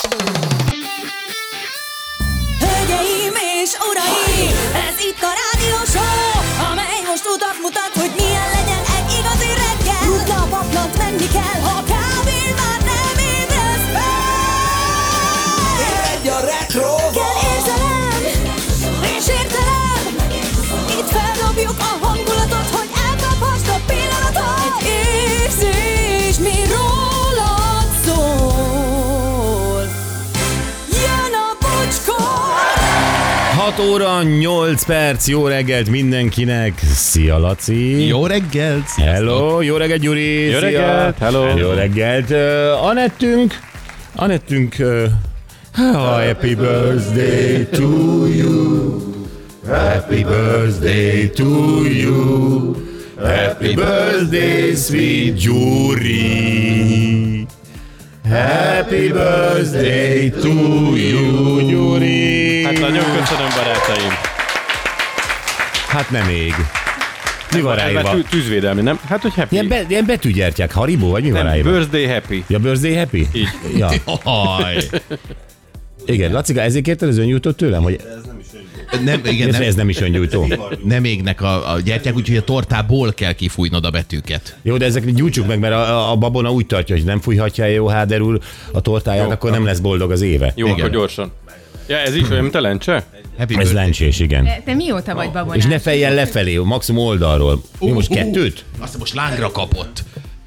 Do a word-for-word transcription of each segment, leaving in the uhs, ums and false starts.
Hölgyeim és uraim, ez itt a rádió show, amely most utat mutat, hogy milyen legyen egy igazi reggel. Rutna a paplant, menni kell, ha kávén már nem ébresz fel. Egy a retro. Kell érzelem és értelem, itt feldobjuk a hangulatot, hogy elkaphast a pillanatot. Egy érzés, mi rólad szól. Jön a bocskor. hat óra nyolc perc, jó reggelt mindenkinek. Szia, Laci. Jó reggelt. Sziasztok. Hello, jó reggelt, Gyuri. Jó Szia. reggelt, hello. Jó reggelt. Uh, Anettünk, Anettünk, uh, happy birthday to you. Happy birthday to you. Happy birthday, sweet Gyuri. Happy birthday to you, Gyuri. Hát nagyon köszönöm, barátaim. Hát nem még. Mi van ráírva? Tű- Tűzvédelmi, nem? Hát, hogy happy. Ilyen, be, ilyen betűgyertyák, Haribo, vagy mi van Nem, ráírva? birthday happy. Ja, birthday happy? Így. Ja. Aj. Igen, Lacika, ezért kérted az öngyújtót tőlem, hogy Nem, igen, ez, nem, ez nem is öngyújtó. nem égnek a, a gyertyák, úgyhogy a tortából kell kifújnod a betűket. Jó, de ezeket gyújtsuk meg, mert a, a babona úgy tartja, hogy nem fújhatja jó Háder úr a tortáját, Jó. akkor nem lesz boldog az éve. Jó, Igen. akkor gyorsan. Ja, ez is olyan, mint a lencse? Happy Ez birthday. lencsés, igen. Te, te mióta vagy babonás? És ne fejjel lefelé, maximum oldalról. Mi most kettőt? Azt most lángra kapott.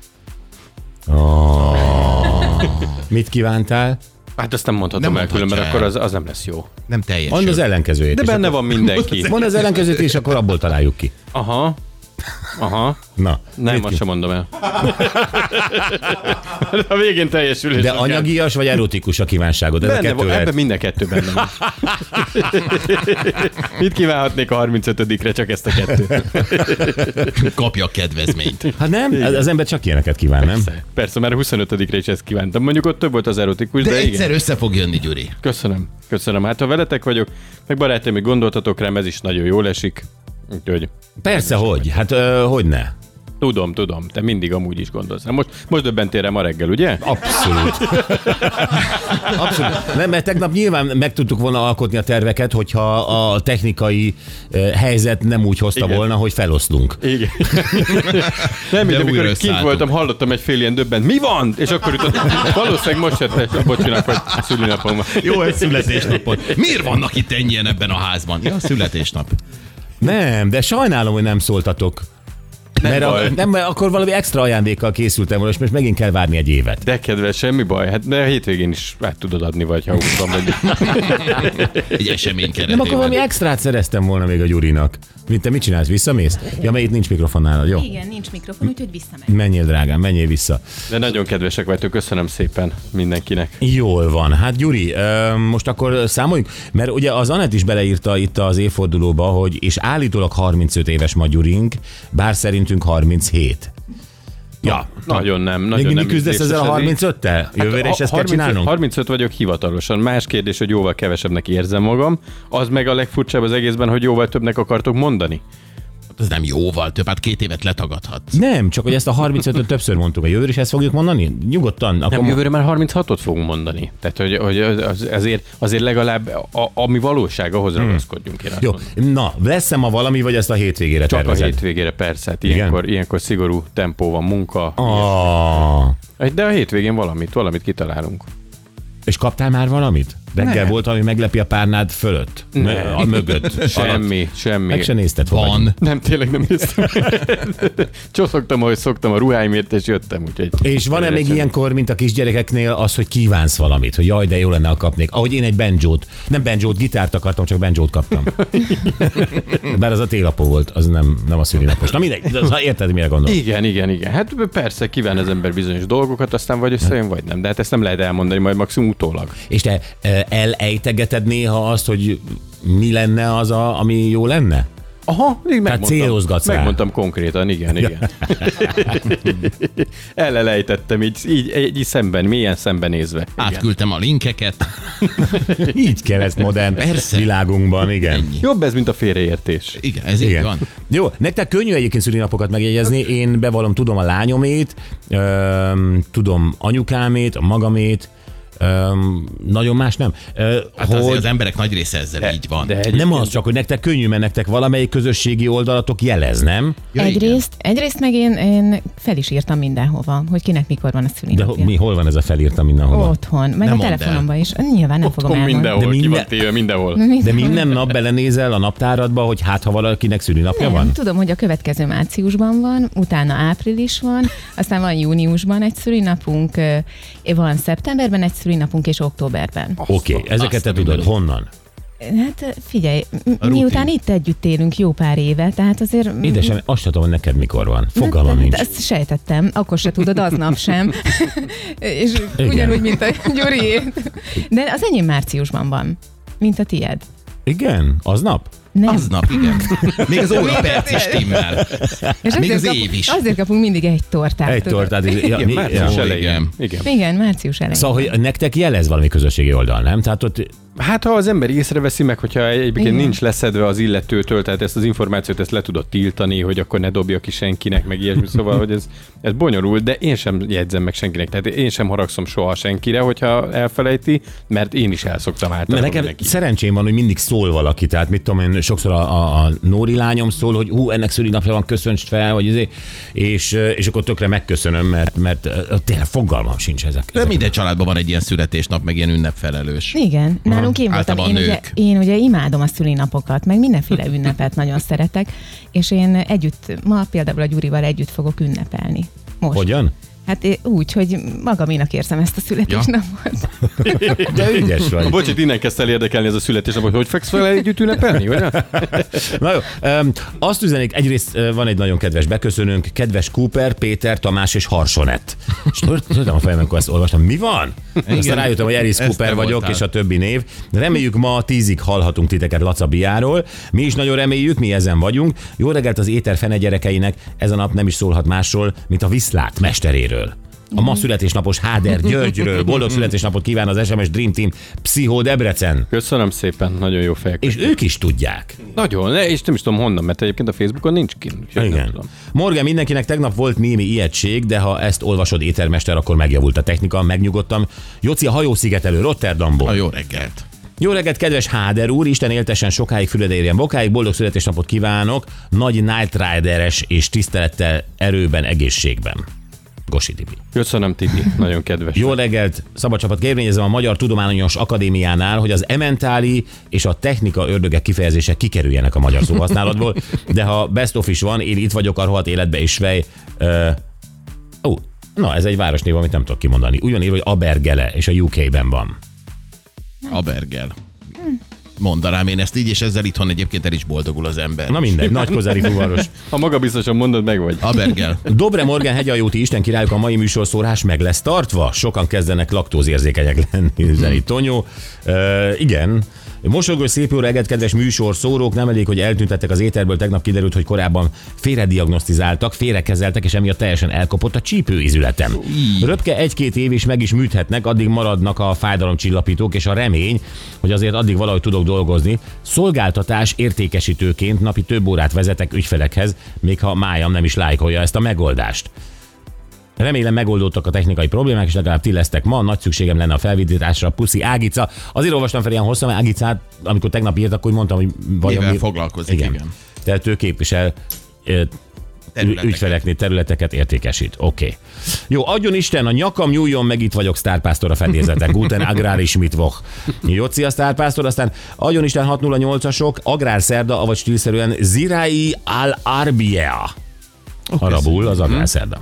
Mit kívántál? Hát ezt nem mondhatom Nem el különben, mondhatja akkor el. az, az nem lesz jó. Nem teljes. Mondd az ellenkezőjét. De és benne akkor- van mindenki. Mondd az ellenkezőjét, és akkor abból találjuk ki. Aha. Aha. Na. Nem, mit azt ki- sem mondom el. A végén teljesülés. De anyagias vagy erotikus a kívánságod? Ez a Benne kettő van, lehet. ebben minden kettő benne van. Mit kívánhatnék a harmincötödikre, csak ezt a kettőt? Kapja a kedvezményt. Hát nem? Az ember csak ilyeneket kíván, nem? Persze, persze, már a huszonötödikre is ezt kívántam. Mondjuk ott több volt az erotikus, de, De de igen. egyszer össze fog jönni, Gyuri. Köszönöm, köszönöm. Hát ha veletek vagyok, meg barátaim, hogy gondoltatok rám, ez is nagyon jól esik. Úgyhogy Persze, hogy. Hát ö, hogy ne? tudom, tudom, te mindig amúgy is gondolsz. Most, most döbbentél rá ma reggel, ugye? Abszolút. Abszolút. Nem, mert tegnap nyilván meg tudtuk volna alkotni a terveket, hogyha a technikai uh, helyzet nem úgy hozta Igen. volna, hogy feloszlunk. Igen. Nem, de újra amikor kint összeálltunk. voltam, hallottam egy fél ilyen döbbent. Mi van? És akkor jutott, valószínűleg most se bocsinak, hogy szülinapom van. Jó, egy születésnapot. Miért vannak itt ennyien ebben a házban? Ja, születésnap. Nem, de sajnálom, hogy nem szóltatok. Nem mert, baj. a, nem, mert akkor valami extra ajándékkal készültem volna, és most megint kell várni egy évet. De kedves, semmi baj. Hát de a hétvégén is át tudod adni, vagy ha úgy van, vagy... Egy esemény Nem, akkor valami keretében. extrát szereztem volna még a Gyurinak. Mint te mit csinálsz? Visszamész? Ja, mert itt nincs mikrofon nálad, jó? Igen, nincs mikrofon, úgyhogy visszamegy. Menjél, drágám, menjél vissza. De nagyon kedvesek vagytok, köszönöm szépen mindenkinek. Jól van. Hát Gyuri, ö, most akkor számoljunk, mert ugye az Anett is beleírta itt az évfordulóba, hogy és állítólag harmincöt éves ma Gyurink, bár szerintünk harminchét. Ja, Nagyon nem, még nagyon mindig nem küzdesz ezzel a ízlésesedik. harmincöttel? Jövőre is ezt kell harmincöt csinálnunk? harmincöt vagyok hivatalosan. Más kérdés, hogy jóval kevesebbnek érzem magam. Az meg a legfurcsább az egészben, hogy jóval többnek akartok mondani. Ez nem jóval több, hát két évet letagadhatsz. Nem, csak hogy ezt a harmincötöt többször mondtuk. A jövőre is ezt fogjuk mondani? Nyugodtan. Akkor Nem, jövőre már harminchatot fogunk mondani. Tehát, hogy, hogy az, azért, azért legalább a, ami valóság, ahhoz ragaszkodjunk. Én azt Jó, mondom. na, lesz-e ma valami, vagy ezt a hétvégére Csak tervezed? a hétvégére persze, hát ilyenkor, ilyenkor szigorú tempó van, munka. Ah, De a hétvégén valamit, valamit kitalálunk. és kaptál már valamit? Reggel Nem. volt, ami meglepi a párnád fölött? Nem. A mögött? Semmi, semmi. Meg se nézted, hova vagy. Van. Nem, tényleg nem néztem. Csoszogtam, ahogy szoktam a ruháimért, és jöttem, úgyhogy... És van-e még Semmi. ilyenkor, mint a kisgyerekeknél, az, hogy kívánsz valamit, hogy jaj, de jó lenne, ha kapnék. Ahogy én egy banjót, nem banjót, gitárt akartam, csak banjót kaptam. Bár az a télapó volt, az nem, nem a szülinapos. Na mindegy, de az, érted, mire gondolok. Igen, igen, igen. Hát persze kíván az ember bizonyos dolgokat, aztán vagy összejön, vagy nem. De hát ezt nem lehet elmondani, majd maximum utólag. És te e, elejtegeted néha azt, hogy mi lenne az, a, ami jó lenne? Aha, így megmondtam. célozgatsz rá. Megmondtam konkrétan, igen, igen. Elelejtettem így, így, így szemben, mélyen szembenézve. Igen. Átküldtem a linkeket. Így kell ezt modern Persze. világunkban, igen. Ennyi. Jobb ez, mint a félreértés. Igen, ez így Igen. van. Jó, nektek könnyű egyébként szülinapokat megjegyezni. Én bevallom, tudom a lányomét, öm, tudom anyukámét, a magamét, Öm, nagyon más nem. Ö, Hát hogy... azért az emberek nagy része ezzel de, így van. De nem az csak, hogy nektek könnyű, mert nektek valamelyik közösségi oldalatok jelez, nem? Ja, egyrészt, egyrészt meg én, én fel is írtam mindenhova, hogy kinek mikor van a De szülinapja. ho- mi, hol van ez a felírta mindenhova? Otthon, meg Nem a mondd el. telefonomban is. Nyilván nem fogom Otthon elmondani. mindenhol, De ki minden- van téve mindenhol. De minden nap belenézel a naptáradba, hogy hát ha valakinek szülinapja Nem, van? tudom, hogy a következő márciusban van, utána április van, aztán van júniusban egy szülinapunk, ö, van szeptemberben egy szülinapunk és októberben. Oké, okay, ezeket azt te a tudod. mindenit. Honnan? Hát figyelj, m- rutin. miután itt együtt élünk jó pár éve, tehát azért... Édesem, azt sem tudom, hogy neked mikor van. Fogalmam de, nincs. de ezt sejtettem, akkor se tudod, aznap sem. És Igen. ugyanúgy, mint a Gyuri. De az enyém márciusban van, mint a tied. Igen? Aznap? Nem. Aznap, igen. Még az óra perc is timmel. És Még azért az kap- év is. Azért kapunk mindig egy tortát. Egy tudod? tortát. Ja, Igen, mi, március ja. elején. igen. Igen. Igen, március elején. Szóval, hogy nektek jelez valami közösségi oldal, nem? Tehát ott Hát ha az ember észreveszi meg, hogyha egyébként Igen. nincs leszedve az illetőtől, tehát ezt az információt ezt le tudod tiltani, hogy akkor ne dobja ki senkinek, meg ilyesmi, szóval, hogy ez, ez bonyolult, de én sem jegyzem meg senkinek, tehát én sem haragszom soha senkire, hogyha elfelejti, mert én is elszoktam mert általában nekem neki. szerencsém van, hogy mindig szól valaki, tehát mit tudom én, sokszor a, a, a Nóri lányom szól, hogy hú, ennek szülinapja van, köszönts fel, vagy izé, és, és akkor tökre megköszönöm, mert, mert tényleg fogalmam sincs ezek. De minden családban van egy ilyen születésnap, meg ilyen ünnepfelelős. Igen, nálunk én voltam. Általában Én ugye, nők. én ugye imádom a szülinapokat, meg mindenféle ünnepet nagyon szeretek, és én együtt, ma például a Gyurival együtt fogok ünnepelni. Most. Hogyan? Hát én úgy, hogy magaminak érzem ezt a születésnapot. De ügyes vagy. Bocs, itt innen kezd el érdekelni ez a születésnap, hogy hogy feksz fel együtt ünnepelni, vagy nem? Na jó, um, azt üzenik, egyrészt uh, van egy nagyon kedves beköszönőnk, kedves Cooper, Péter, Tamás és Harsonett. És tudtam a fejem, amikor ezt olvastam, mi van? Igen. Aztán rájöttem, hogy Eris Ezt Cooper te vagyok, voltál. és a többi név. Reméljük ma tízig hallhatunk titeket Laca Biáról. Mi is nagyon reméljük, mi ezen vagyunk. Jó reggelt az éter fene gyerekeinek, ez a nap nem is szólhat másról, mint a Viszlát mesteréről. A ma születésnapos Háder Györgyről. Boldog születésnapot kíván az es em es Dream Team Pszichó Debrecen. Köszönöm szépen, nagyon jó fejek. És ők is tudják. Nagyon, ne, és nem is tudom honnan, mert egyébként a Facebookon nincs kint. úgyhogy nem Igen. tudom. Morgan, mindenkinek tegnap volt némi ijegység, de ha ezt olvasod, étermester, akkor megjavult a technika, megnyugodtam. Joci a hajószigetelő Rotterdamból. A jó reggelt. Jó reggelt, kedves Háder úr, Isten éltessen sokáig, fülede érjen bokáig, boldog születésnapot kívánok, nagy Night Rideres és tisztelettel, erőben, egészségben. Gosi Tibi. Köszönöm, Tibi, nagyon kedves. Jó reggelt, szabad csapat, kérvényezem a Magyar Tudományos Akadémiánál, hogy az ementáli és a technika ördögek kifejezések kikerüljenek a magyar szóhasználatból, de ha best of is van, én itt vagyok a rohadt életbe és svej. Uh, ó, na, ez egy városnév, amit nem tudok kimondani. Ugyanígy, hogy Abergele, és a u ká-ben van. Abergel. Mondanám én ezt így, és ezzel itthon egyébként el is boldogul az ember. Na mindegy, Nagykozári fúvaros. Ha maga biztosan mondod, meg vagy. Abergel. Dobre Morgan hegyajóti Isten királyok, a mai műsorszórás meg lesz tartva. Sokan kezdenek laktózérzékenyek lenni, üzeni Tonyó. Uh, igen. Mosolygós szép jó reggelt, kedves műsorszórók, nem elég, hogy eltüntettek az éterből, tegnap kiderült, hogy korábban félrediagnosztizáltak, félrekezeltek, és emiatt teljesen elkopott a csípőízületem. Röpke egy-két év is meg is műthetnek, addig maradnak a fájdalomcsillapítók és a remény, hogy azért addig valahogy tudok dolgozni. Szolgáltatás értékesítőként napi több órát vezetek ügyfelekhez, még ha májam nem is lájkolja ezt a megoldást. Remélem megoldódtak a technikai problémák, és legalább ti lesztek ma. Nagy szükségem lenne a felvidításra. Puszi Ágica. Azért olvastam fel ilyen hosszan, mert Ágicát, amikor tegnap írt, akkor mondtam, hogy vajon Mivel mi... foglalkozik, igen. igen. Tehát ő képvisel ö, Területeket. ügyfeleknél területeket értékesít. Oké. Okay. Jó, adjon Isten, a nyakam nyúljon, meg itt vagyok, sztárpásztor a fedélzetek. Guten agráris mittwoch. Jóci a sztárpásztor, aztán adjon Isten hat nulla nyolcasok, agrárszerda, avagy stílszerűen Zirai al-Arbia. Arabul az agrárszerda.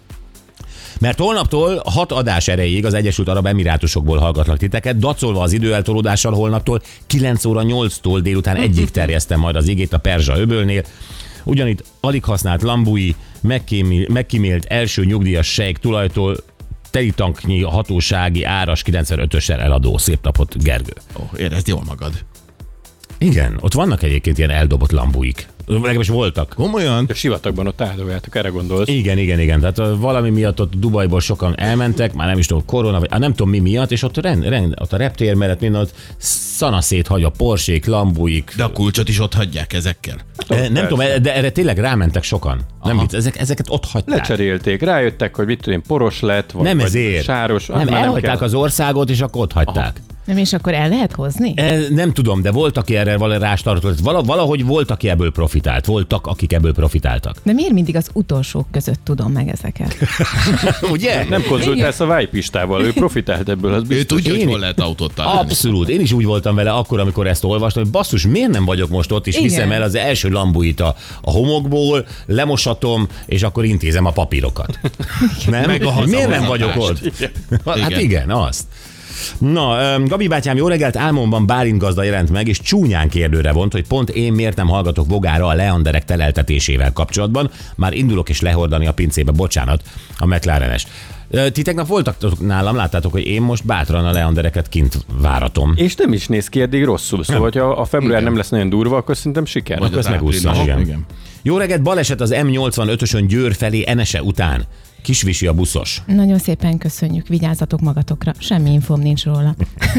Mert holnaptól hat adás erejéig az Egyesült Arab Emirátusokból hallgatlak titeket, dacolva az időeltolódással holnaptól kilenc óra nyolctól délután egyig terjesztem majd az igét a Perzsa öbölnél. Ugyanitt alig használt lambui, megkímélt első nyugdíjas sejk tulajtól telitanknyi hatósági áras kilencvenötössel eladó. Szép napot, Gergő. Ó, érezd jól magad. Igen, ott vannak egyébként ilyen eldobott lambuik. Legalábbis voltak. Komolyan? A sivatagban ott áldogáltak, erre gondolsz. Igen, igen, igen. Tehát uh, valami miatt ott Dubajból sokan elmentek, már nem is tudom, korona, vagy nem tudom mi miatt, és ott, rend, rend, ott a reptér mellett minden ott szanaszét hagy a Porsék, lambuik. De a kulcsot is ott hagyják ezekkel. Eh, nem persze. tudom, de erre tényleg rámentek sokan. Nem vicc, ezek, ezeket ott hagyták. Lecserélték, rájöttek, hogy mit tudom én, poros lett, vagy, Nem vagy ezért. sáros. Nem, már elhagyták kell. az országot, és akkor ott hagyták. Nem, és akkor el lehet hozni? E, nem tudom, de volt, aki erre valami rástartott. Vala, valahogy volt, aki ebből profitált. Voltak, akik ebből profitáltak. De miért mindig az utolsók között tudom meg ezeket? Ugye? Nem konzultálsz a Vájpistával, ő profitált ebből, az Ő biztos. tudja, hogy Én- hol lehet autót találni. Abszolút. Én is úgy voltam vele akkor, amikor ezt olvastam, hogy basszus, miért nem vagyok most ott, és Igen. viszem el az első lambuit a, a homokból, lemosatom, és akkor intézem a papírokat. Nem? Meg a miért nem hazahozatást. vagyok ott? Hát Igen. igen, azt. Na, öm, Gabi bátyám, jó reggelt, álmomban Bálint gazda jelent meg, és csúnyán kérdőre vont, hogy pont én miért nem hallgatok bogára a leanderek teleltetésével kapcsolatban. Már indulok is lehordani a pincébe, bocsánat, a McLarenes. Ö, Ti tegnap voltak nálam, láttátok, hogy én most bátran a leandereket kint váratom. És nem is néz ki eddig rosszul, szóval ha a február Igen. nem lesz nagyon durva, akkor szerintem siker. Vagy Akkor az ezt megúsztam, április. igen. Igen. Jó reggelt, baleset az M nyolcvanötösön Győr felé Enese után. Kisvisi a buszos. Nagyon szépen köszönjük, vigyázzatok magatokra. Semmi infóm nincs róla.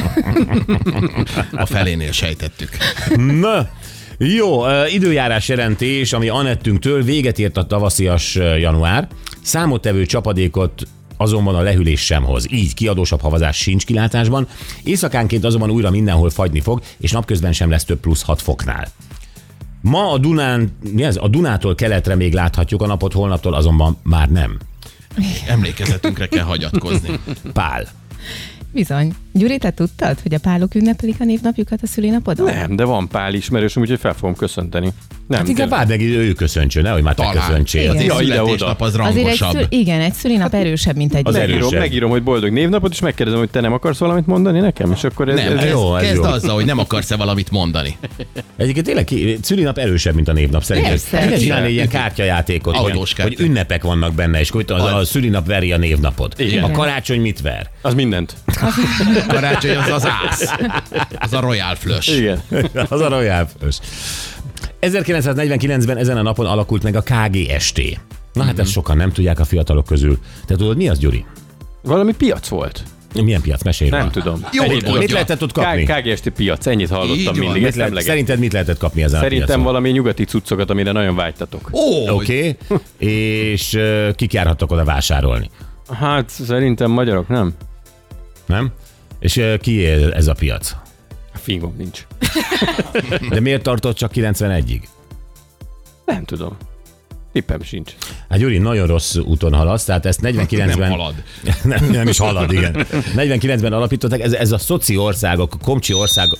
A felénél sejtettük. Na, jó, ö, időjárás jelentés, ami Anettünktől véget ért a tavaszias ö, január. Számottevő csapadékot azonban a lehűlés sem hoz. Így kiadósabb havazás sincs kilátásban. Éjszakánként azonban újra mindenhol fagyni fog, és napközben sem lesz több plusz hat foknál. Ma a Dunán, mi ez? A Dunától keletre még láthatjuk a napot, holnaptól azonban már nem. Emlékezetünkre kell hagyatkozni. Pál. Bizony. Gyuri, te tudtad, hogy a pálok ünnepelik a névnapjukat a szülinapodon? Nem, de van Pál ismerősöm, úgyhogy fel fogom köszönteni. Nem, Hát inkább tényleg. várd meg, ő köszöntsön, nehogy már te Talán. köszöntsél. Igen. Az Ja, ide-oda. születésnap az Azért egy rangosabb. szül, igen, egy szülinap erősebb, mint egy Az gyuri. erős. Megírom, erősebb. megírom, hogy boldog névnapot, és megkérdezem, hogy te nem akarsz valamit mondani nekem, és akkor ez, Nem, ez, ez, jó, ez kezd jó. azzal, hogy nem akarsz-e valamit mondani. Egyébként tényleg ki- szülinap erősebb, mint a névnap szerintem. Persze. Kéne csinálni egy ilyen kártyajátékot, hogy, Autós kártya. hogy ünnepek vannak benne, és hogy az, a szülinap veri a névnapot. Igen. A karácsony mit ver? az mindent. Karácsony az az ász. Az a Royal Flush. Igen. Az a Royal Flush. ezerkilencszáznegyvenkilencben ezen a napon alakult meg a ká gé es té. Na hát ezt sokan nem tudják a fiatalok közül. Te tudod, mi az, Gyuri? Valami piac volt. Milyen piac? Mesélj Nem róla. tudom. Jó, Ennyit hogy tudok. Mit lehetett ott kapni? ká gé es té piac, ennyit Így hallottam van. mindig. Mit Ezt lehet, emleget. szerinted mit lehetett kapni ezen a Szerintem piacon? valami nyugati cuccokat, amire nagyon vágytatok. Ó, Oké, okay. És uh, kik járhattak oda vásárolni? Hát szerintem magyarok, nem? Nem? És uh, ki él ez a piac? Fingom nincs. De miért tartott csak kilencvenegyig? Nem tudom. Tippem sincs. Hát Gyuri, nagyon rossz úton haladsz, tehát ezt negyvenkilencben... nem halad. nem, nem is halad, igen. negyvenkilencben alapították, ez, ez a szoci országok, a komcsi országok...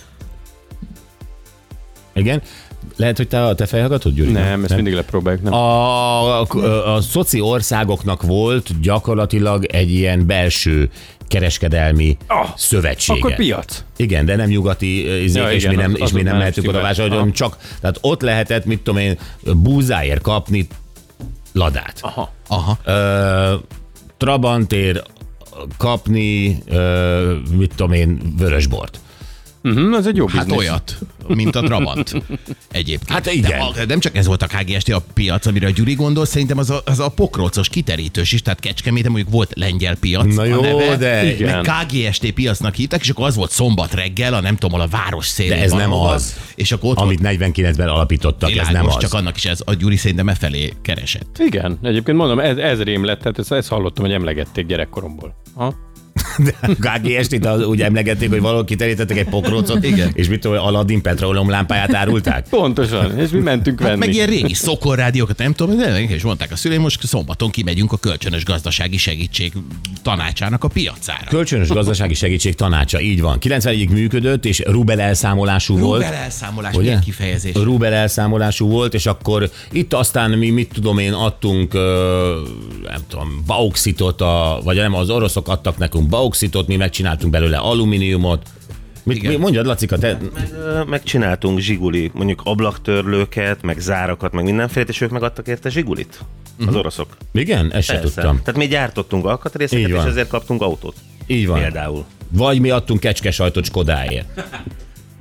Igen? Lehet, hogy te, te fejhallgatod, Gyuri? Nem, ezt mindig lepróbáljuk. Nem. A, a, a szoci országoknak volt gyakorlatilag egy ilyen belső kereskedelmi Ah, szövetsége. Akkor piac. Igen, de nem nyugati izék, Ja, és, igen, mi nem, az- és az mi ott nem már mehetünk oda stimmel. vásárolni, hanem csak, tehát ott lehetett, mit tudom én, búzáért kapni ladát. Aha. Aha. Ö, Trabantért kapni, ö, mit tudom én, vörösbort. Uh-huh, az egy jó Hát biznisz. olyat, mint a Trabant. Egyébként. Hát igen. De, a- nem csak ez volt a ká gé es té a piac, amire a Gyuri gondol, szerintem az a, az a pokrócos kiterítős is, tehát Kecskeméten mondjuk volt lengyel piac. Na a jó, neve, de- Igen. meg ká gé es té piacnak hívták, és akkor az volt szombat reggel, a nem tudom, hol a város szélén. De ez nem valahol, az, És akkor ott amit negyvenkilencben alapítottak, volt ez nem világos, az. csak annak is ez, a Gyuri szerintem e felé keresett. Igen, egyébként mondom, ez, ez rém lett, tehát ezt, ezt hallottam, hogy emlegették gyerekkoromból. Ha? De a ká gé es té-t az úgy emlegették, hogy valahol kiterítettek egy pokrócot, Igen. és mit tudom, Aladdin petróleum lámpáját árulták? Pontosan, és mi mentünk venni. Hát meg ilyen régi szokorrádiókat, nem tudom, de és mondták a szüleim, most szombaton kimegyünk a kölcsönös gazdasági segítség tanácsának a piacára. Kölcsönös gazdasági segítség tanácsa, így van. kilencvenegyig működött, és rubel elszámolású volt. Rubel elszámolás, Ugye? milyen kifejezés. Rubel elszámolású volt, és akkor itt aztán mi, mit tudom én, adtunk, ö, nem tudom, bauxitot, a, vagy nem, az oroszok adtak nekünk bauxitot, mi megcsináltunk belőle alumíniumot. Mit, Igen. mi, mondjad, Lacika, te... Meg, ö, megcsináltunk zsiguli, mondjuk ablaktörlőket, meg zárakat, meg mindenfélét, és ők megadtak érte zsigulit, az oroszok. Igen? Ezt se Persze. tudtam. Tehát mi gyártottunk Így alkatrészeket, és van. ezért kaptunk autót. Így van. Például. Vagy mi adtunk kecskesajtot Skodáért.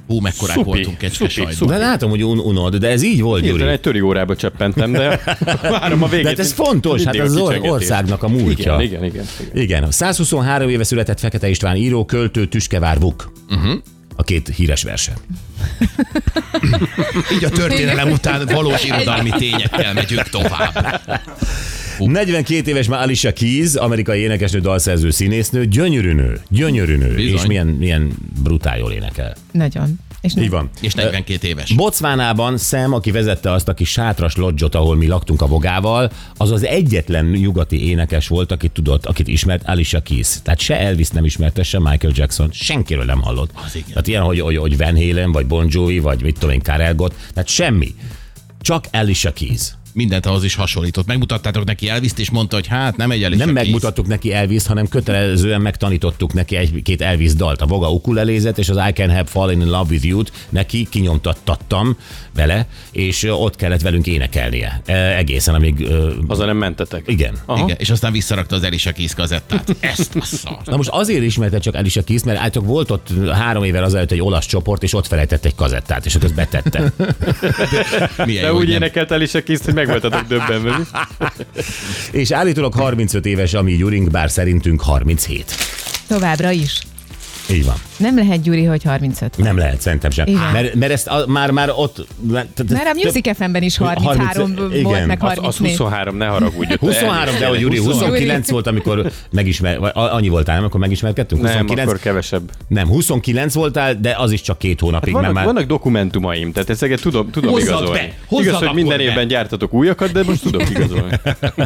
Hú, mekkorák Szupi, voltunk kecske szupi, sajtban. szupi. De látom, hogy un- unod, de ez így volt, Hirtelen Gyuri. egy töri órába cseppentem, de várom a végét. De hát ez fontos, hát Mindig az a or- kicsengetés. országnak a múltja. Igen, igen, igen. igen. Igen, százhuszonhárom éve született Fekete István író, költő, Tüskevár Vuk. Uh-huh. A két híres verse. Így a történelem után valós irodalmi tényekkel megyünk tovább. negyvenkét éves már Alicia Keys, amerikai énekesnő, dalszerző, színésznő, gyönyörű nő, gyönyörű nő, Bizony. és milyen, milyen brutál jól énekel. Nagyon. És Így van. És negyvenkét éves. Botswanában Sam, aki vezette azt a kis sátras lodzsot, ahol mi laktunk a Vogával, az az egyetlen nyugati énekes volt, akit tudott, akit ismert, Alicia Keys. Tehát se Elvis nem ismerte, se Michael Jackson, senkiről nem hallott. Az igen. Tehát ilyen, hogy, hogy, hogy Van Halen, vagy Bon Jovi, vagy mit tudom én, Karel Gott, tehát semmi. Csak Alicia Keys. Mindent ahhoz is hasonlított. Megmutattátok neki Elvist, és mondta, hogy hát nem egy Alicia Nem Keys. megmutattuk neki Elvis, hanem kötelezően megtanítottuk neki egy-két Elvis dalt. A Voga ukulelézet és az I Can Have Fallen in Love With You-t neki kinyomtattattam vele, és ott kellett velünk énekelnie. E, egészen, amíg... Haza nem mentetek. Igen. Aha. Igen, és aztán visszarakta az Alicia Keys kazettát. Ezt a szar. Na most azért ismerte csak Alicia Keys, mert állítok volt ott három évvel azelőtt egy olasz csoport, és ott felejtett egy kazettát, és akkor ezt betette. Milyen De jó, úgy hogy nem. énekelt el is a kiszt, hogy meg voltatok döbbenve. És állítólag harmincöt éves a mi Gyurink, bár szerintünk harminchét. továbbra is. Így van. Nem lehet, Gyuri, hogy harmincöt. Nem lehet, szerintem sem. Igen. Mert, mert ezt a, már, már ott... Mert a Music ef em-ben is harminchárom harminc volt, meg Az, az harmincnégy. huszonhárom, ne haragudj. huszonhárom, de hogy Gyuri, huszonkilenc volt, amikor megismer... vagy annyi voltál, nem, amikor megismerkedtünk? Nem, huszonkilenc akkor kevesebb. Nem, huszonkilenc voltál, de az is csak két hónapig. Vannak, mert már... vannak dokumentumaim, tehát ezeket tudom, tudom Hozzad igazolni. be, hozzad Igaz, hogy minden akkor be. évben gyártatok újakat, de most tudok igazolni.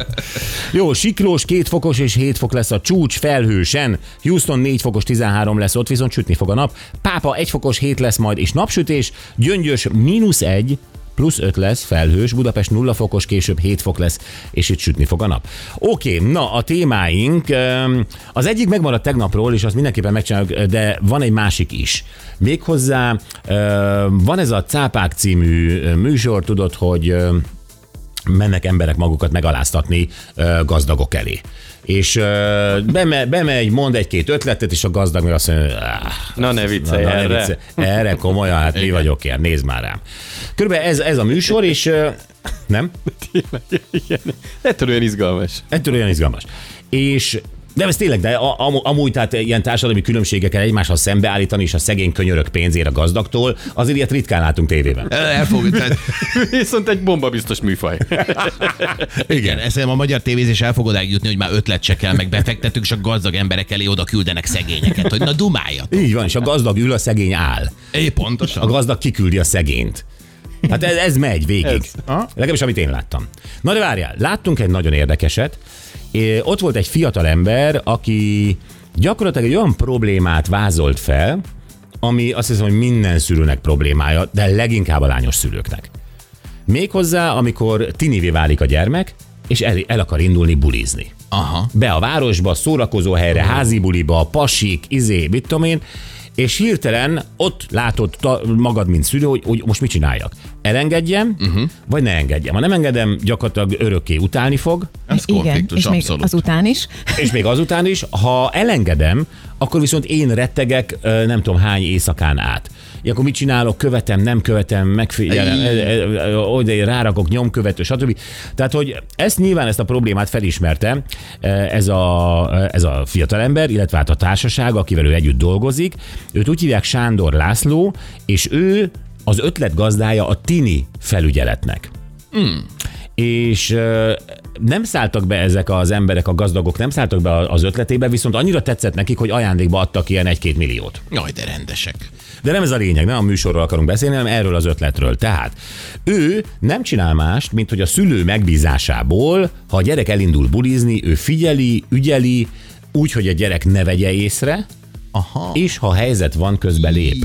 Jó, siklós, két fokos és hét fok lesz a csúcs, felhősen. Houston négy fokos, tizenhárom lesz, ott viszont sütni fog a nap. Pápa egy fokos, hét lesz majd, és napsütés. Gyöngyös mínusz egy, plusz öt lesz, felhős, Budapest nulla fokos, később hét fok lesz, és itt sütni fog a nap. Oké, na a témáink, öm, az egyik megmaradt tegnapról, és azt mindenképpen megcsináljuk, de van egy másik is. Méghozzá öm, van ez a Cápák című műsor, tudod, hogy öm, mennek emberek magukat megaláztatni ö, gazdagok elé. És ö, beme, bemegy, mond egy-két ötletet, és a gazdag meg azt mondja, hogy áh, Na ne viccelj na, na, ne erre. viccelj. Erre komolyan, hát mi vagyok ilyen, nézd már rám. Körülbelül ez, ez a műsor, és ö, nem? Igen. Ettől olyan izgalmas. Ettől olyan izgalmas. És de ez tényleg, de a- am- amúgy tehát ilyen társadalmi különbségekkel egymással szembeállítani, és a szegény könyörök pénzért a gazdagtól, azért ilyet ritkán látunk tévében. Elfog, tehát, Viszont egy bomba biztos műfaj. igen, ezt a magyar tévézés el fog odáig jutni, hogy már ötlet se kell, meg befektetünk, és a gazdag emberek elé oda küldenek szegényeket, hogy na dumáljatok. Így van, és a gazdag ül, a szegény áll. É, pontosan. A gazdag kiküldi a szegényt. Hát ez, ez megy végig. Ez. Legalábbis, amit én láttam. Na de várjál, láttunk egy nagyon érdekeset. É, Ott volt egy fiatal ember, aki gyakorlatilag egy olyan problémát vázolt fel, ami azt hiszem, hogy minden szülőnek problémája, de leginkább a lányos szülőknek. Méghozzá, amikor tinivé válik a gyermek, és el, el akar indulni bulizni. Aha. Be a városba, szórakozó helyre, házi buliba, pasik, izé, mit tudom én, és hirtelen ott látod ta, magad, mint szülő, hogy, hogy most mit csináljak. Elengedjem, uh-huh. vagy ne engedjem. Ha nem engedem, gyakorlatilag örökké utálni fog, Ez Igen, konfliktus, és még abszolút. azután is. és még azután is, ha elengedem, akkor viszont én rettegek ö, nem tudom hány éjszakán át. Ja, akkor mit csinálok, követem, nem követem, megfigyelem, oda rárakok nyomkövető, stb. Tehát, hogy ezt nyilván ezt a problémát felismerte ez a, ez a fiatalember, illetve hát a társaság, akivel ő együtt dolgozik. Őt úgy hívják Sándor László, és ő az ötlet gazdája a Tini felügyeletnek. Mm. És ö, nem szálltak be ezek az emberek, a gazdagok nem szálltak be az ötletébe, viszont annyira tetszett nekik, hogy ajándékba adtak ilyen egy-két milliót. Jaj, de rendesek. De nem ez a lényeg, nem a műsorról akarunk beszélni, hanem erről az ötletről. Tehát ő nem csinál mást, mint hogy a szülő megbízásából, ha a gyerek elindul bulizni, ő figyeli, ügyeli, úgy, hogy a gyerek ne vegye észre, Aha. és ha helyzet van, közbe lép.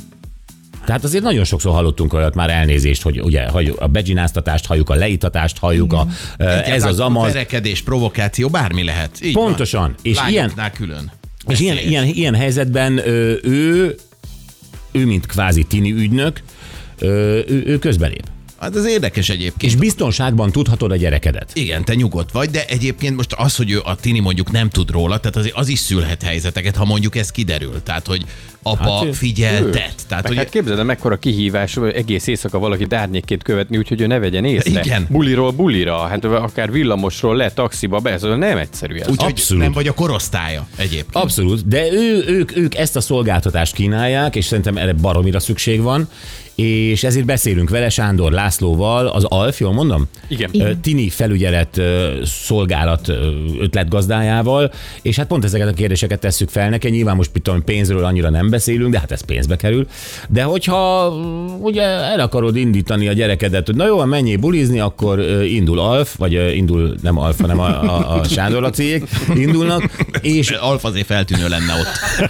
Tehát azért nagyon sokszor hallottunk olyat már elnézést, hogy ugye halljuk a beggináztatást, halljuk a leítatást, halljuk a, ez az amaz. Verekedés, provokáció, bármi lehet. Így Pontosan. Van. És ilyen, Lányoknál külön. és ilyen, ilyen, ilyen helyzetben ö, ő, ő, mint kvázi tini ügynök, ö, ő, ő közbelép. Hát ez érdekes egyébként. És biztonságban tudhatod a gyerekedet. Igen, te nyugodt vagy, de egyébként most az, hogy ő a tini mondjuk nem tud róla, tehát az, az is szülhet helyzeteket, ha mondjuk ez kiderül. Tehát, hogy apa Hát, figyeltet. Tehát, Meg hogy hát képzeld el, mekkora kihívás hogy egész éjszaka valaki árnyékként követni, úgyhogy ő ne vegyen észre. Igen. Buliról bulira, hát akár villamosról le, taxiba be, ez nem egyszerű ez. úgyhogy Abszolút. nem vagy a korosztálya egyébként. Abszolút, de ő, ők, ők ezt a szolgáltatást kínálják, és szerintem erre baromira szükség van, és ezért beszélünk vele Sándor Lászlóval, az Alf, jól mondom? Igen. Ö, Tini felügyelet ö, szolgálat ö, ötletgazdájával, és hát pont ezeket a kérdéseket tesszük fel neki. Nyilván most mit tudom, pénzről annyira nem beszélünk, de hát ez pénzbe kerül. De hogyha mm, ugye el akarod indítani a gyerekedet, hogy na jó, menjél bulizni, akkor ö, indul Alf, vagy ö, indul nem Alf, hanem a, a, a Sándor Laciék indulnak, és Alf azért feltűnő lenne ott.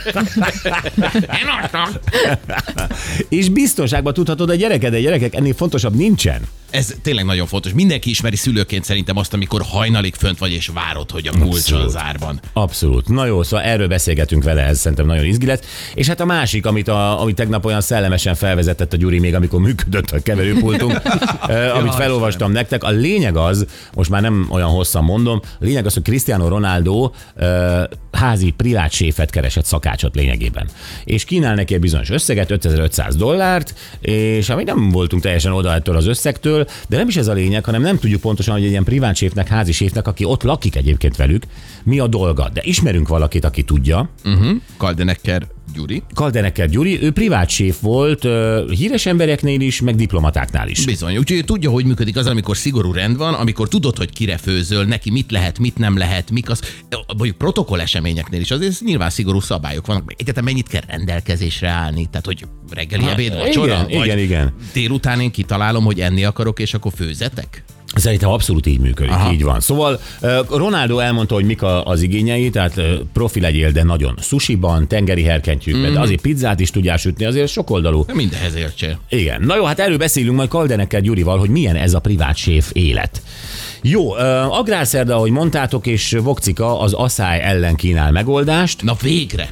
és biztonságban tudhatod a gyerekedet, gyerekek, ennél fontosabb nincsen. Ez tényleg nagyon fontos. Mindenki ismeri szülőként szerintem azt, amikor hajnalig fönt vagy és várod, hogy a kulcs Abszolút. az árban. Abszolút. Na jó, szóval erről beszélgetünk vele, ez szerintem nagyon izgi lesz. És hát a másik, amit, a, amit tegnap olyan szellemesen felvezetett a Gyuri, még amikor működött a keverőpultunk, eh, amit felolvastam nektek, a lényeg az, most már nem olyan hosszan mondom, a lényeg az, hogy Cristiano Ronaldo eh, házi privát séfet keresett, szakácsot lényegében. És kínál neki egy bizonyos összeget, ötezer-ötszáz dollárt, és ami nem voltunk teljesen oda ettől az összegtől, de nem is ez a lényeg, hanem nem tudjuk pontosan, hogy egy ilyen privát séfnek, házi séfnek, aki ott lakik egyébként velük, mi a dolga. De ismerünk valakit, aki tudja. Uh-huh. Kaldenecker Gyuri. Kaldenecker Gyuri, ő privát séf volt uh, híres embereknél is, meg diplomatáknál is. Bizony, úgyhogy ő tudja, hogy működik az, amikor szigorú rend van, amikor tudod, hogy kire főzöl, neki mit lehet, mit nem lehet, mik az, mondjuk protokoll eseményeknél is, azért nyilván szigorú szabályok vannak. Egyetem mennyit kell rendelkezésre állni, tehát hogy reggeli, Hát, ebéd, vacsora, igen, vagy igen, igen. délután én kitalálom, hogy enni akarok, és akkor főzetek? Szerintem abszolút így működik, Aha. így van. Szóval uh, Ronaldo elmondta, hogy mik a, az igényei, tehát uh, profi legyél, de nagyon sushiban, tengeri herkentyűkben, mm. de azért pizzát is tudjál sütni, azért sokoldalú. Mindenhez értsél. Igen. Na jó, hát erről beszélünk majd Kaldenecker Gyurival, hogy milyen ez a privát séf élet. Jó, uh, agrárszerda, ahogy mondtátok, és Vokcika az asszály ellen kínál megoldást. Na végre!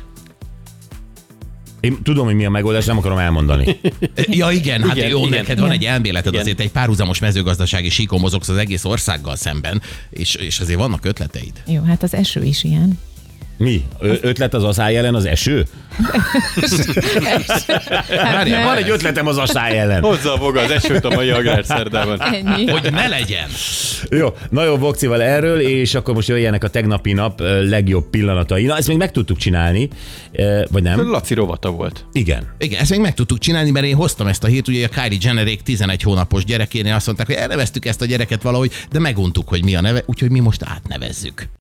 Én tudom, hogy mi a megoldás, nem akarom elmondani. Ja igen, hát Igen, jó, igen, neked van igen. egy elméleted, Igen. azért egy párhuzamos mezőgazdasági síkon mozogsz az egész országgal szemben, és, és azért vannak ötleteid. Jó, hát az eső is ilyen. Mi? Ö- ötlet az asszály ellen az eső? Várjál, Van egy ötletem az asszály ellen. Hozza a boga az esőt a mai agrárszerdában. Ennyi. hogy ne legyen. Jó, na jó, Vokcival erről, és akkor most jöjjenek a tegnapi nap ö, legjobb pillanatai. Na, ezt még meg tudtuk csinálni, ö, vagy nem? Laci rovata volt. Igen. Igen, ezt még meg tudtuk csinálni, mert én hoztam ezt a hírt, ugye a Kylie Jennerék tizenegy hónapos gyerekénél azt mondták, hogy elneveztük ezt a gyereket valahogy, de meguntuk, hogy mi a neve, úgyhogy mi most átnevezzük.